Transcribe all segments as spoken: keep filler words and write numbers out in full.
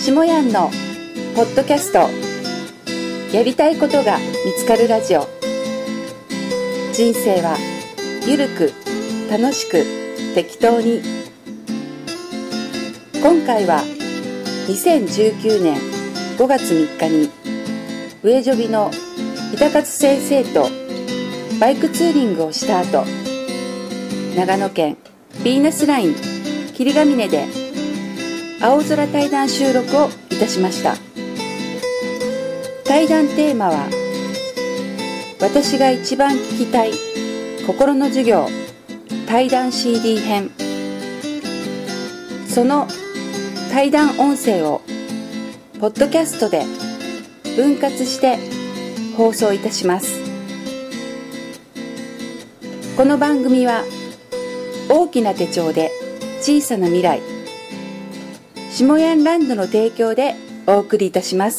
下やんのポッドキャスト、やりたいことが見つかるラジオ。人生はゆるく楽しく適当に。今回はにせんじゅうきゅうねんごがつみっかにウェジョビの秀勝先生とバイクツーリングをした後、長野県ヴィーナスライン霧ヶ峰で青空対談収録をいたしました。対談テーマは、私が一番聞きたい心の授業対談 シーディー 編。その対談音声をポッドキャストで分割して放送いたします。この番組は大きな手帳で小さな未来、下やんランドの提供でお送りいたします。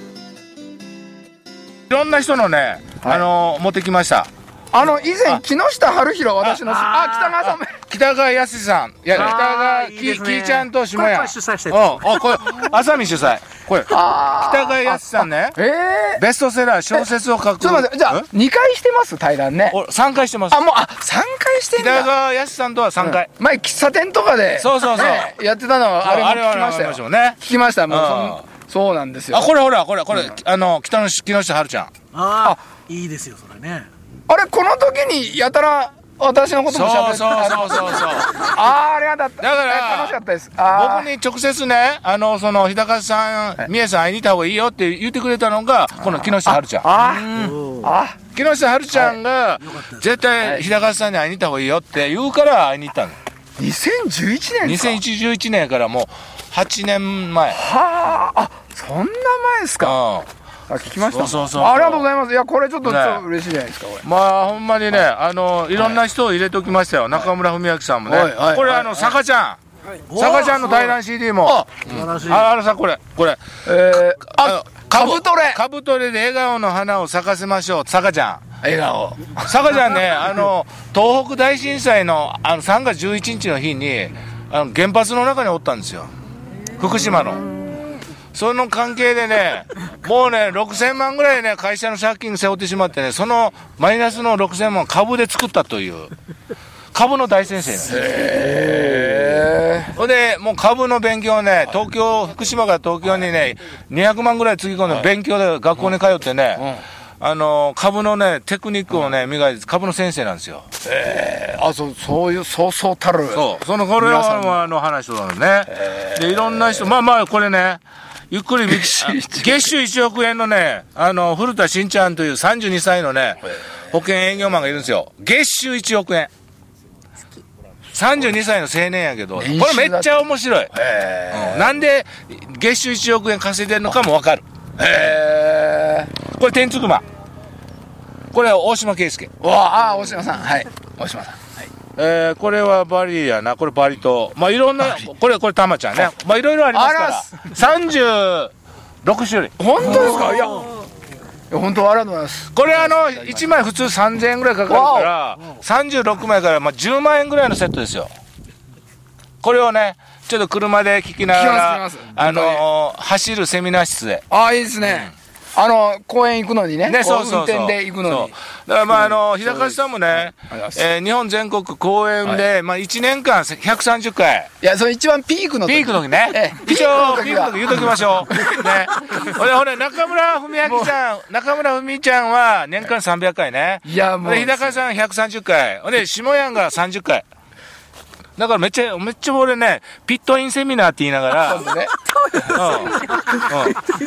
いろんな人のね、はい、あの持ってきました。 あの以前木下晴弘、私のああ北川さん、 北川康さん、いや北川きーちゃんと下やん、これ主催してる。あ、これ浅見主催。これ北川康さんね、えー、ベストセラー小説を書く。 ちょっと待って、じゃあにかいしてます対談ね。 さんかいしてます。 あ、もうあさんかいしてんだ。 北川康さんとはさんかい、 うん、前喫茶店とかでそうそうそう、 ね、やってたのはあれも聞きましたよ。ね、聞きました。もうそうなんですよ。 あ、これほらこれこれ、うん、あの北の木下春ちゃん。 ああ、いいですよそれね。 あれこの時にやたら私のことも喋って、 そうそうそうそうそうああ、ありがとう。 だから楽しかったです。 僕に直接ね、あのその日高さん、三重さん会いに行った方がいいよって言ってくれたのがこの木下春ちゃん。ああ、木下春ちゃんが絶対日高さんに会いに行った方がいいよって言うから会いに行ったの。 にせんじゅういちねんか。 にせんじゅういちねんからもうはちねんまえ。 はあ、あ、そんな前ですか。うん、あ、聞きました。 そうそうそう、 ありがとうございます。いや、これちょっと嬉しいじゃないですか、これ。 まあほんまにね、あのいろんな人を入れておきましたよ。中村文明さんもね、これあの坂ちゃん、坂ちゃんの対談 シーディー も、あらさ、これこれあ、かぶとれかぶとれで笑顔の花を咲かせましょう。坂ちゃん笑顔。 坂ちゃんね、あの東北大震災のあのさんがつじゅういちにちの日にあの原発の中におったんですよ、福島の。その関係でね、もうね、ろくせんまんぐらいね、会社の借金背負ってしまってね、そのマイナスのろくせんまん株で作ったという、株の大先生なんです。へー。ほんで、もう株の勉強ね、東京、福島から東京にね、にひゃくまんぐらいつぎ込んで勉強で学校に通ってね、あの株のねテクニックをね磨いて株の先生なんですよ。 えー、あ、そう、そういうそうそうたる、 そう、そのこれはあの話なのね。でいろんな人、まあまあこれね、ゆっくり見月収いちおくえんのね、あの古田新ちゃんというさんじゅうにさいのね保険営業マンがいるんですよ。月収いちおくえん、さんじゅうにさいの青年やけど、これめっちゃ面白い、うん、なんで月収いちおくえん稼いでるのかも分かる。へー。これ天竺馬、これは大島圭介。 わあ、大島さん、はい、大島さん、はい。 えー、これはバリやな、これバリ島、まあいろんな、これこれタマちゃんね、まあいろいろありますからさんじゅうろくしゅるい。 本当ですか。いや、いや本当ありがとうございます。 これあのいちまい普通さんぜんえんぐらいかかるからさんじゅうろくまいからまあじゅうまんえんぐらいのセットですよ。これをねちょっと車で聞きながら、あのー、走るセミナー室で。 ああ、いいですね。うん、あの公園行くのにね、ね、そうそうそう、運転で行くのに。 だからまああの日高さんもね、えー、日本全国公演で、はい、まあいちねんかんひゃくさんじゅっかい。 いや、それ一番ピークの時。 ピークの時ね。ええ、一応ピークの時言うときましょう。ね。ほれほれ中村文明ちゃん、中村文ちゃんは年間さんびゃっかいね。いやもう。で日高さんひゃくさんじゅっかい。ほんで下やんがさんじゅっかい。だからめっちゃめっちゃ俺ねピットインセミナーって言いながら、うんうん、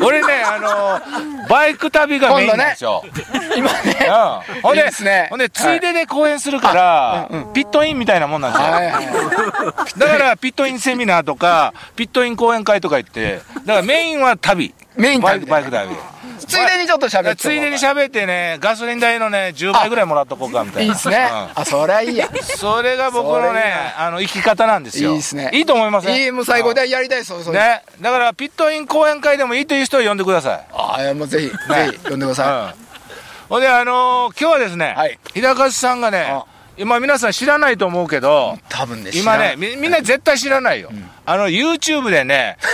俺ねあのー、バイク旅がメインなんですよ、ね、 今ね、 うん、ほんで、いいですね、ほんでついでで講演するから、はい、うんうん、ピットインみたいなもんなんですよ、はいはいはい、だからピットインセミナーとかピットイン講演会とか言って、だからメインは旅、 メイン旅、 バイク旅、 ついでにちょっと喋って、 ついでに喋ってね、ガソリン代のねじゅうばいぐらいもらっとこうかみたいな。 いいですね、うん、あ、そりゃいいや。 それが僕のねあの生き方なんですよ。 いいですね、 いいと思いません？ いい、もう最後でやりたいです、そうそうね。だからピットイン講演会でもいいという人を呼んでください。 ああ、もうぜひ、ね、ぜひ呼んでください。 ほ、うんであのー、今日はですね、はい、日高さんがね、今皆さん知らないと思うけど、 多分ね、 今ね み, みんな絶対知らないよ、うん、あの YouTube でね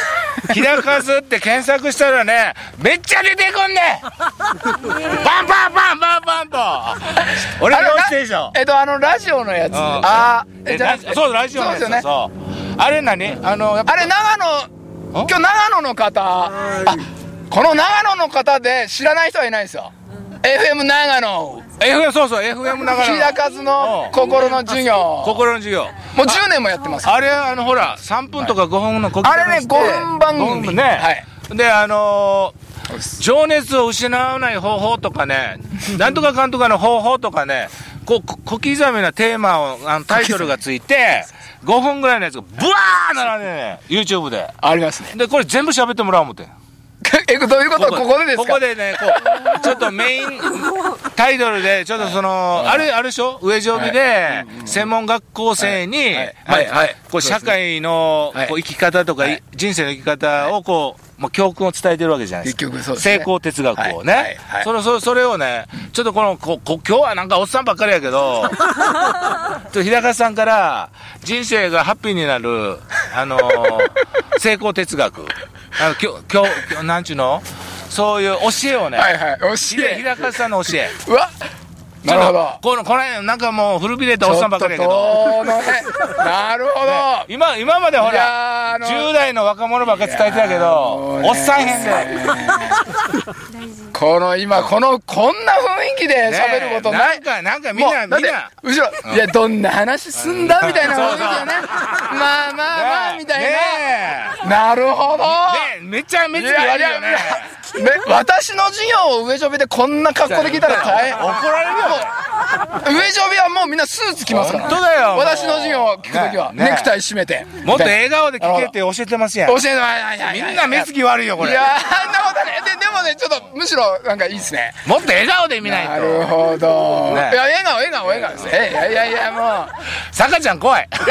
日高津って検索したらね、めっちゃ出てくんねバンバンバンバンバンと俺のステーション、 えっとあのラジオのやつ、ああえラそうラジオのやつ、そうですよね。そうあれ何あのやっぱあれ長野、今日長野の方、あこの長野の方で知らない人はいないですよ。 エフエム 長野、 エフエム そうそう エフエム 長野日高津の心の授業、 心の授業もうじゅうねんもやってます。 あれあのほらさんぷんとかごふんの小刻みあれねごふん番組ごふんね、はい、であのー、情熱を失わない方法とかねなんとかかんとかの方法とかね、こう小刻みなテーマをあのタイトルがついてごふんぐらいのやつがブワー並んでね YouTube でありますね。 でこれ全部喋ってもらおう思ってえどういうこと？ここでですか？ ここでねこうちょっとメインタイトルでちょっとそのあれあれでしょ、上条美で専門学校生にこう社会のこう生き方とか人生の生き方をこうもう教訓を伝えてるわけじゃないですか。結局そうですね。成功哲学をね、はいはいはい、それそれそれをねちょっとこのここ今日はなんかおっさんばっかりやけど日高さんから人生がハッピーになるあのー、成功哲学、あのきょきょきょなんちゅうのそういう教えをね、 はいはい、教え日高さんの教えうわなるほど。 このこの辺なんかもう古びれたおっさんばっかりやけどなるほど、 ね、今今までほらじゅう代の若者ばっかり伝えてたけどおっさんへんでこの今このこんな雰囲気で喋ることない、 ね、なんかなんかみんなみんな後ろ、うん、いやどんな話すんだみたいな雰囲気よねまあまあまあみたいな、ね、なるほど、 ね、めちゃめちゃ言われるよね。 私の授業を上ジョビでこんな格好で聞いたら大変怒られるよ。上ジョビはもうみんなスーツ着ますから。 本当だよ。 私の授業を聞くときは、ねね、ネクタイ締めてもっと笑顔で聞けって教えてますやん。 教えてない。 みんな目つき悪いよこれ。 いやあんなことね。ででもねちょっとむしろなんかいいですね。 もっと笑顔で見ないと。 なるほど、ね、いや笑顔笑顔笑顔ですね。いやいやいやもうさかちゃん怖いえ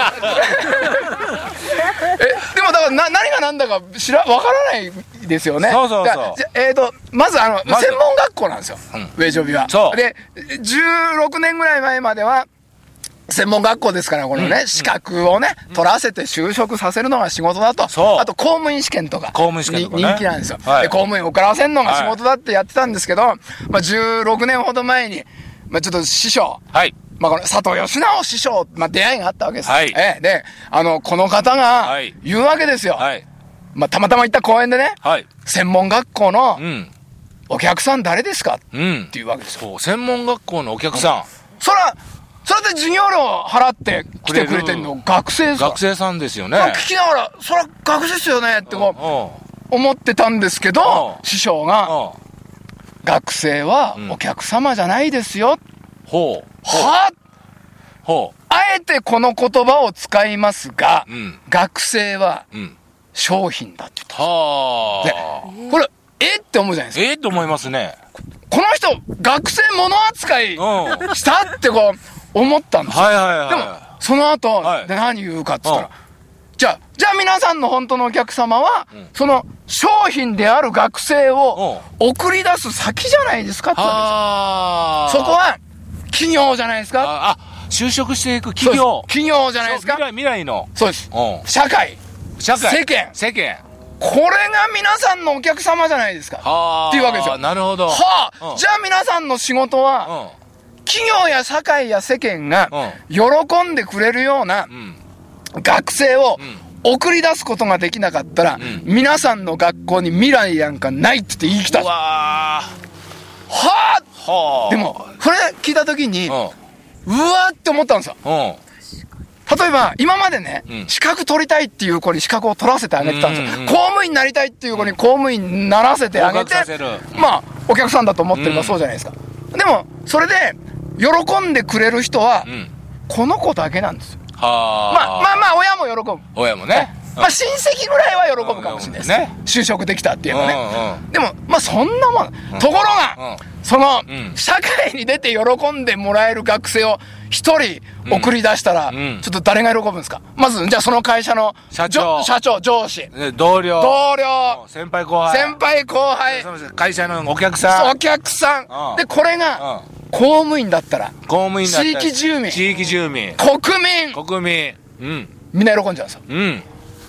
でもだからな何が何だか知らわからないですよね。 そうそうそう。 えーとまずあの、ま、専門学校なんですよ、うん、上ジョビは。 そうでじゅうろくねんぐらい前までは専門学校ですからこのね、うん、資格をね、うん、取らせて就職させるのが仕事だと。あと公務員試験とか公務員試験とか、ね、 人気なんですよ、 はい、 で公務員を受からせるのが仕事だってやってたんですけど、はい、まあ、じゅうろくねんほど前に、まあ、ちょっと師匠、はい、まあ、この佐藤義直師匠、まあ、出会いがあったわけです、はい、えであのこの方が言うわけですよ、はい、まあ、たまたま行った公園でね、はい、専門学校の、うん、お客さん誰ですか、うん、っていうわけですよ。 そう専門学校のお客さん、うん、 そらそれで授業料払って来てくれてんの学生ですか。 学生さんですよね。 聞きながらそら学生ですよねってこう思ってたんですけど、師匠が学生はお客様じゃないですよ、 うん、ほうはほうあえてこの言葉を使いますが、うん、学生は商品だって言ったんです。はあ。でこれえって思うじゃないですか。 えって思いますね。 この人学生物扱いしたってこう思ったんですよ。はいはいはい。でもその後、はい、で何言うかっつったら、うん、じゃあじゃあ皆さんの本当のお客様は、うん、その商品である学生を送り出す先じゃないですかって言うんですよ。そこは企業じゃないですか。 ああ就職していく企業企業じゃないですか。 未来未来のそうです、うん、社会社会世間世間これが皆さんのお客様じゃないですかっていうわけですよ。 なるほど。 はあ、うん、じゃあ皆さんの仕事は、うん企業や社会や世間が喜んでくれるような学生を送り出すことができなかったら、うん、皆さんの学校に未来なんかないって言い切った。うわはあ、はあ、でもそれ聞いた時に、うん、うわーって思ったんですよ、うん、例えば今までね、うん、資格取りたいっていう子に資格を取らせてあげてたんですよ、うんうんうん、公務員になりたいっていう子に公務員にならせてあげて、うん、まあお客さんだと思ってればそうじゃないですか、うん、でもそれで喜んでくれる人は、うん、この子だけなんですよ。はまあまあまあ親も喜ぶ。 親もね。 まあ親戚ぐらいは喜ぶかもしれないです。ね、就職できたっていうのはね、うんうん。でもまあそんなもん。うん、ところが、うん、その、うん、社会に出て喜んでもらえる学生を一人送り出したら、うん、ちょっと誰が喜ぶんですか。まずじゃあその会社の社長、 社長上司、 同僚、 同僚、 先輩後輩、 先輩後輩、 会社のお客さん、 お客さん、うん、でこれが。うん公務員だったら公務員だったら地域住民地域住民国民国民、うん、 みんな喜んじゃうんですよ、 うん、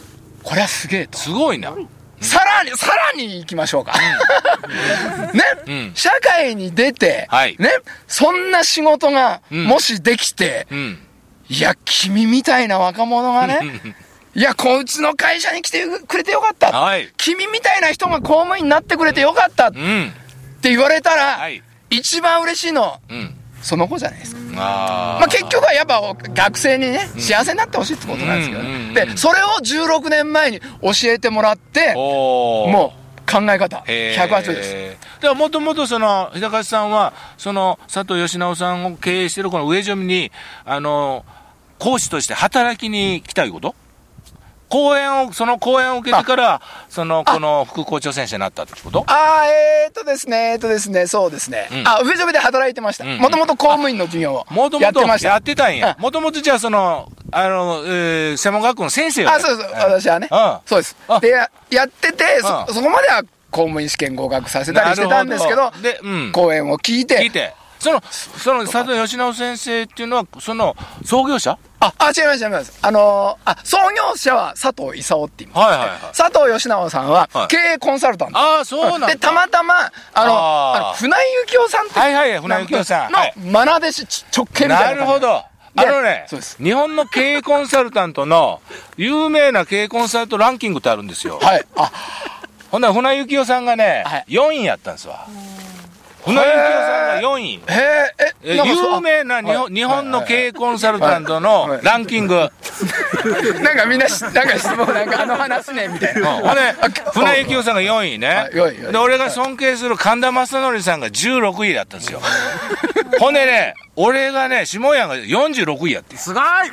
これはすげえと。 すごいな。 さらに、さらに行きましょうか。ね、 うん、 社会に出て、 はい、 ね、そんな仕事がもしできて、 うん、 いや、君みたいな若者がね、いや、こうちの会社に来てくれてよかった。 はい、君みたいな人が公務員になってくれてよかった。って言われたら、はい、一番嬉しいの、うん、その子じゃないですか。あまあ結局はやっぱ学生にね、うん、幸せになってほしいってことなんですけどね、うんうんうん、でそれをじゅうろくねんまえに教えてもらって、もう考え方ひゃくはちどです。 だからもともとその日高さんはその佐藤義直さんを経営しているこの上ジョミにあの講師として働きに来たいうこと？講演を、その講演を受けてから、その、この副校長先生になったってこと？ ああ、えーっとですね、えーっとですね、そうですね。うん、あ、上ジョミで働いてました。もともと公務員の授業をやってました。 やってたんや。もともとじゃあその、あの、えー、専門学校の先生を。 あ、そうそう、私はね。うん、そうです。で、や、やってて、そ、そこまでは公務員試験合格させたりしてたんですけど、で、うん、講演を聞いて、 聞いて。その、その、佐藤義直先生っていうのは、その、創業者？ あ、あ、違います、違います。あのー、あ、創業者は佐藤勲って言います、ね。はいはいはい。佐藤義直さんは、経営コンサルタント。はい、ああ、そうなんだ。で、たまたま、あの、ああの船井幸雄さんって。 はいはい、船井幸雄さん。 の、まな弟子、直系みたいな。 なるほど。あのね、日本の経営コンサルタントの、有名な経営コンサルトランキングってあるんですよ。はい。あ、ほんなら船井幸雄さんがね、はい、よんいやったんですわ。船井幸雄さんがよんい。へえ、有名な日本、日本の経営コンサルタントのランキング。 なんかみんな、なんか質問、なんかあの話ね、みたいな。 ほんで、船井幸雄さんがよんいね。で、俺が尊敬する神田正則さんがじゅうろくいだったんですよ。ほんでね、俺がね、下屋がよんじゅうろくいやって。 すごい！ え、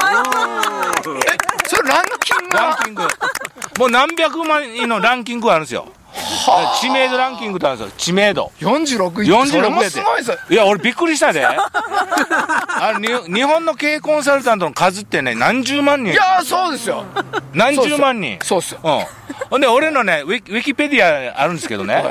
それランキング？ ランキング。もう何百万位のランキングがあるんですよ。知名度ランキングってあるんですよ。知名度よんじゅうろくい。 よんじゅうろくいって。すごいです。 いや俺びっくりしたで。あの日本の経営コンサルタントの数ってね何十万人。 いやそうですよ。 何十万人。 そうっすよ。 うん。ほんで俺のねウィキ、ウィキペディアあるんですけどね、はい、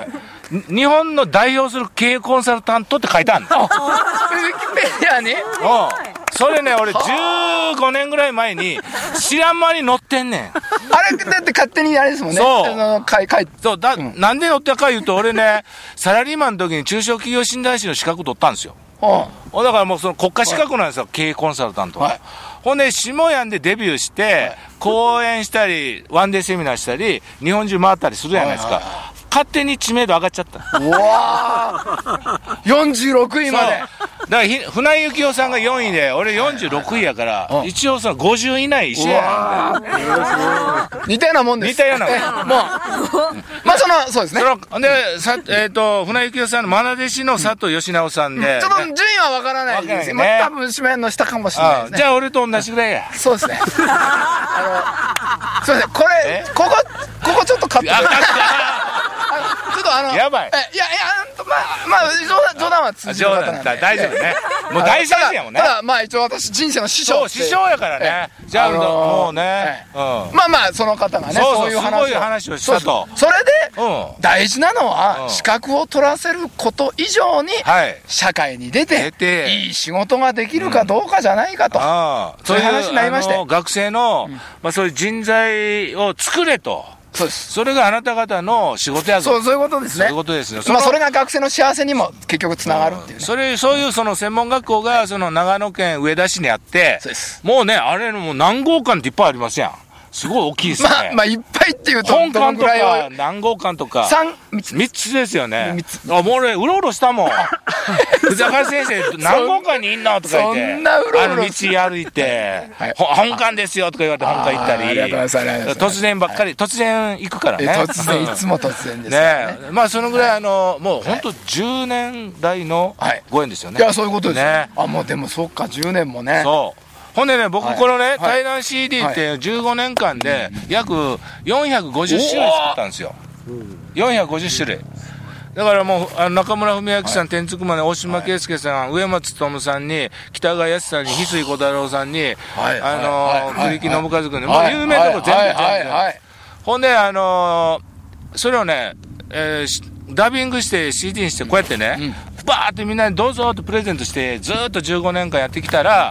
日本の代表する経営コンサルタントって書いてあるの。ウィキペディアに。うん。 それね俺じゅうごねんぐらい前に知らん間に載ってんねん。 あれだって勝手にあれですもんね。 そう。 あのかいかいそうだ、うん、なんで載ってるか言うと俺ねサラリーマンの時に中小企業診断士の資格取ったんですよ。はあ、だからもうその国家資格なんですよ、はい、経営コンサルタントは。はい、ほんで下屋でデビューして、はい、講演したりワンデーセミナーしたり日本中回ったりするじゃないですか。はいはいはい、勝手に知名度上がっちゃった。 うわよんじゅうろくいまで。 だから船井幸雄さんがよんいで俺よんじゅうろくいやから、はい、一応そのごじゅうい以内一緒やん。似たようなもんです。 似たようなもん。 もうまあそのそうですね。 そのでさえっ、ー、と船井幸雄さんの愛弟子の佐藤義直さんで、 うん、ちょっと順位はわからないですね。まあ、多分紙面の下かもしれないですね。 じゃあ俺と同じぐらいや。 そうですね。あのすいませんこれここここちょっとカット。ちょっとあのやばい。 いやいやまあまあ冗談冗談は通じる方なんで大丈夫ね。もう大先生やもんね。 ただまあ一応私人生の師匠。 師匠やからね。じゃあもうね。 まあまあその方がねそういう話をしたと。 それで大事なのは資格を取らせること以上に社会に出ていい仕事ができるかどうかじゃないかと。そういう話になりまして。 学生のまあそういう人材を作れと。そうです。それがあなた方の仕事やぞ。 そう、そういうことですね。 そういうことですよ。 まあ、それが学生の幸せにも結局つながるっていう、ね。 それ、そういうその専門学校が、その長野県上田市にあって、そうです。もうね、あれのもう何号館っていっぱいありますやん。すごい大きいですね。 まあ、まあ、いっぱいっていうと、 本館とか、何号館とか。 三、 三つですよね。三つ。あ、もう俺、うろうろしたもん。藤原先生、何号館にいんのとか言って。 そんなうろうろ。 あの道歩いて、本館ですよとか言われて本館行ったり。 ありがとうございます。 突然ばっかり、突然行くからね。 突然、いつも突然ですね。 まあ、そのぐらい、あの、もう本当じゅうねん来のご縁ですよね。 いや、そういうことですね。あ、もうでもそっか、じゅうねんもね。 そう。ほんでね、僕このね、対談 シーディー ってじゅうごねんかんで約よんひゃくごじゅっしゅるい作ったんですよ。よんひゃくごじゅっしゅるい。だからもう、あの中村文明さん、天竺まで大島圭介さん、上松勉さんに、北川康さんに、翡翠小太郎さんに、あの、栗木信和君に、もう有名なとこ全部全部。ほんで、あの、それをね、えー、ダビングして シーディー にしてこうやってね、バーってみんなにどうぞってプレゼントしてずっとじゅうごねんかんやってきたら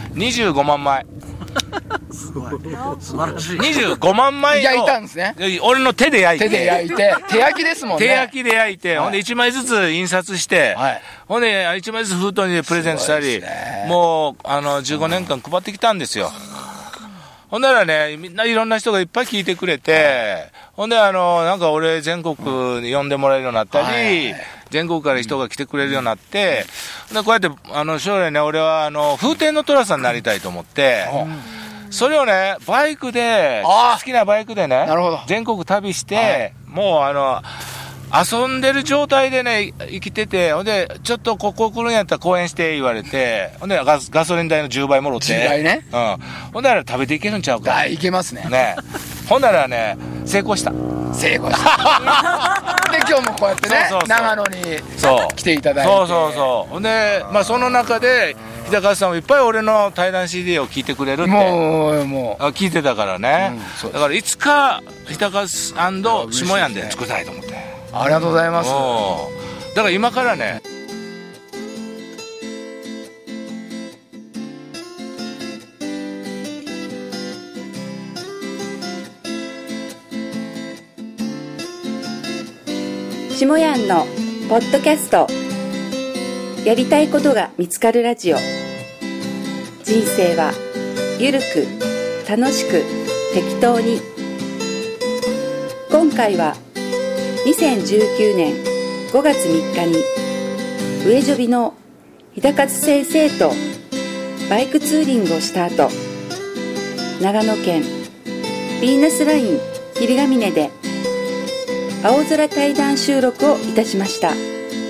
にじゅうごまんまいすごい素晴らしい。 にじゅうごまんまいを焼いたんですね。 俺の手で焼いて手で焼いて手焼きですもんね。 手焼きで焼いて、 はい、 ほんでいちまいずつ印刷して、はい、ほんでいちまいずつ封筒にプレゼントしたり、もうあのじゅうごねんかん配ってきたんですよ。ほんならね、みんないろんな人がいっぱい聞いてくれて、ほんであのなんか俺全国に呼んでもらえるようになったり、はい、全国から人が来てくれるようになって、でこうやってあの将来ね、俺はあの風天の寅さんになりたいと思って、うん、それをねバイクで好きなバイクでね全国旅して、はい、もうあの遊んでる状態でね生きてて、ほんでちょっとここ来るんやったら講演して言われて、ほんで ガ, ガソリン代のじゅうばいもろってじゅうばいね、 うん、ほんなら食べていけるんちゃうか。 あ、いけますね。 ねほんならね成功した成功したで今日もこうやってね、そうそうそう、長野にそう来ていただいて、 そうそうそう、ほんでまあその中で日高さんもいっぱい俺の対談 シーディー を聞いてくれるってもうもう聞いてたからね、うん、だからいつか日高さんと下屋で作りたいと思って。 ありがとうございます。 だから今からね下やんのポッドキャスト、やりたいことが見つかるラジオ。人生はゆるく楽しく適当に。今回はにせんじゅうきゅうねんごがつみっかに上ジョビの日高津先生とバイクツーリングをした後、長野県ヴィーナスライン霧ヶ峰で青空対談収録をいたしました。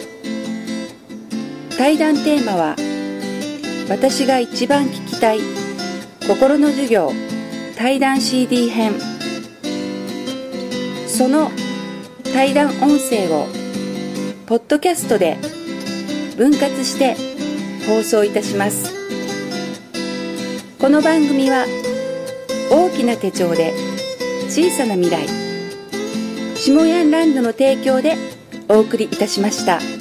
対談テーマは、私が一番聞きたい心の授業対談 シーディー 編。その対談音声をポッドキャストで分割して放送いたします。この番組は大きな手帳で小さな未来、下ヤンランドの提供でお送りいたしました。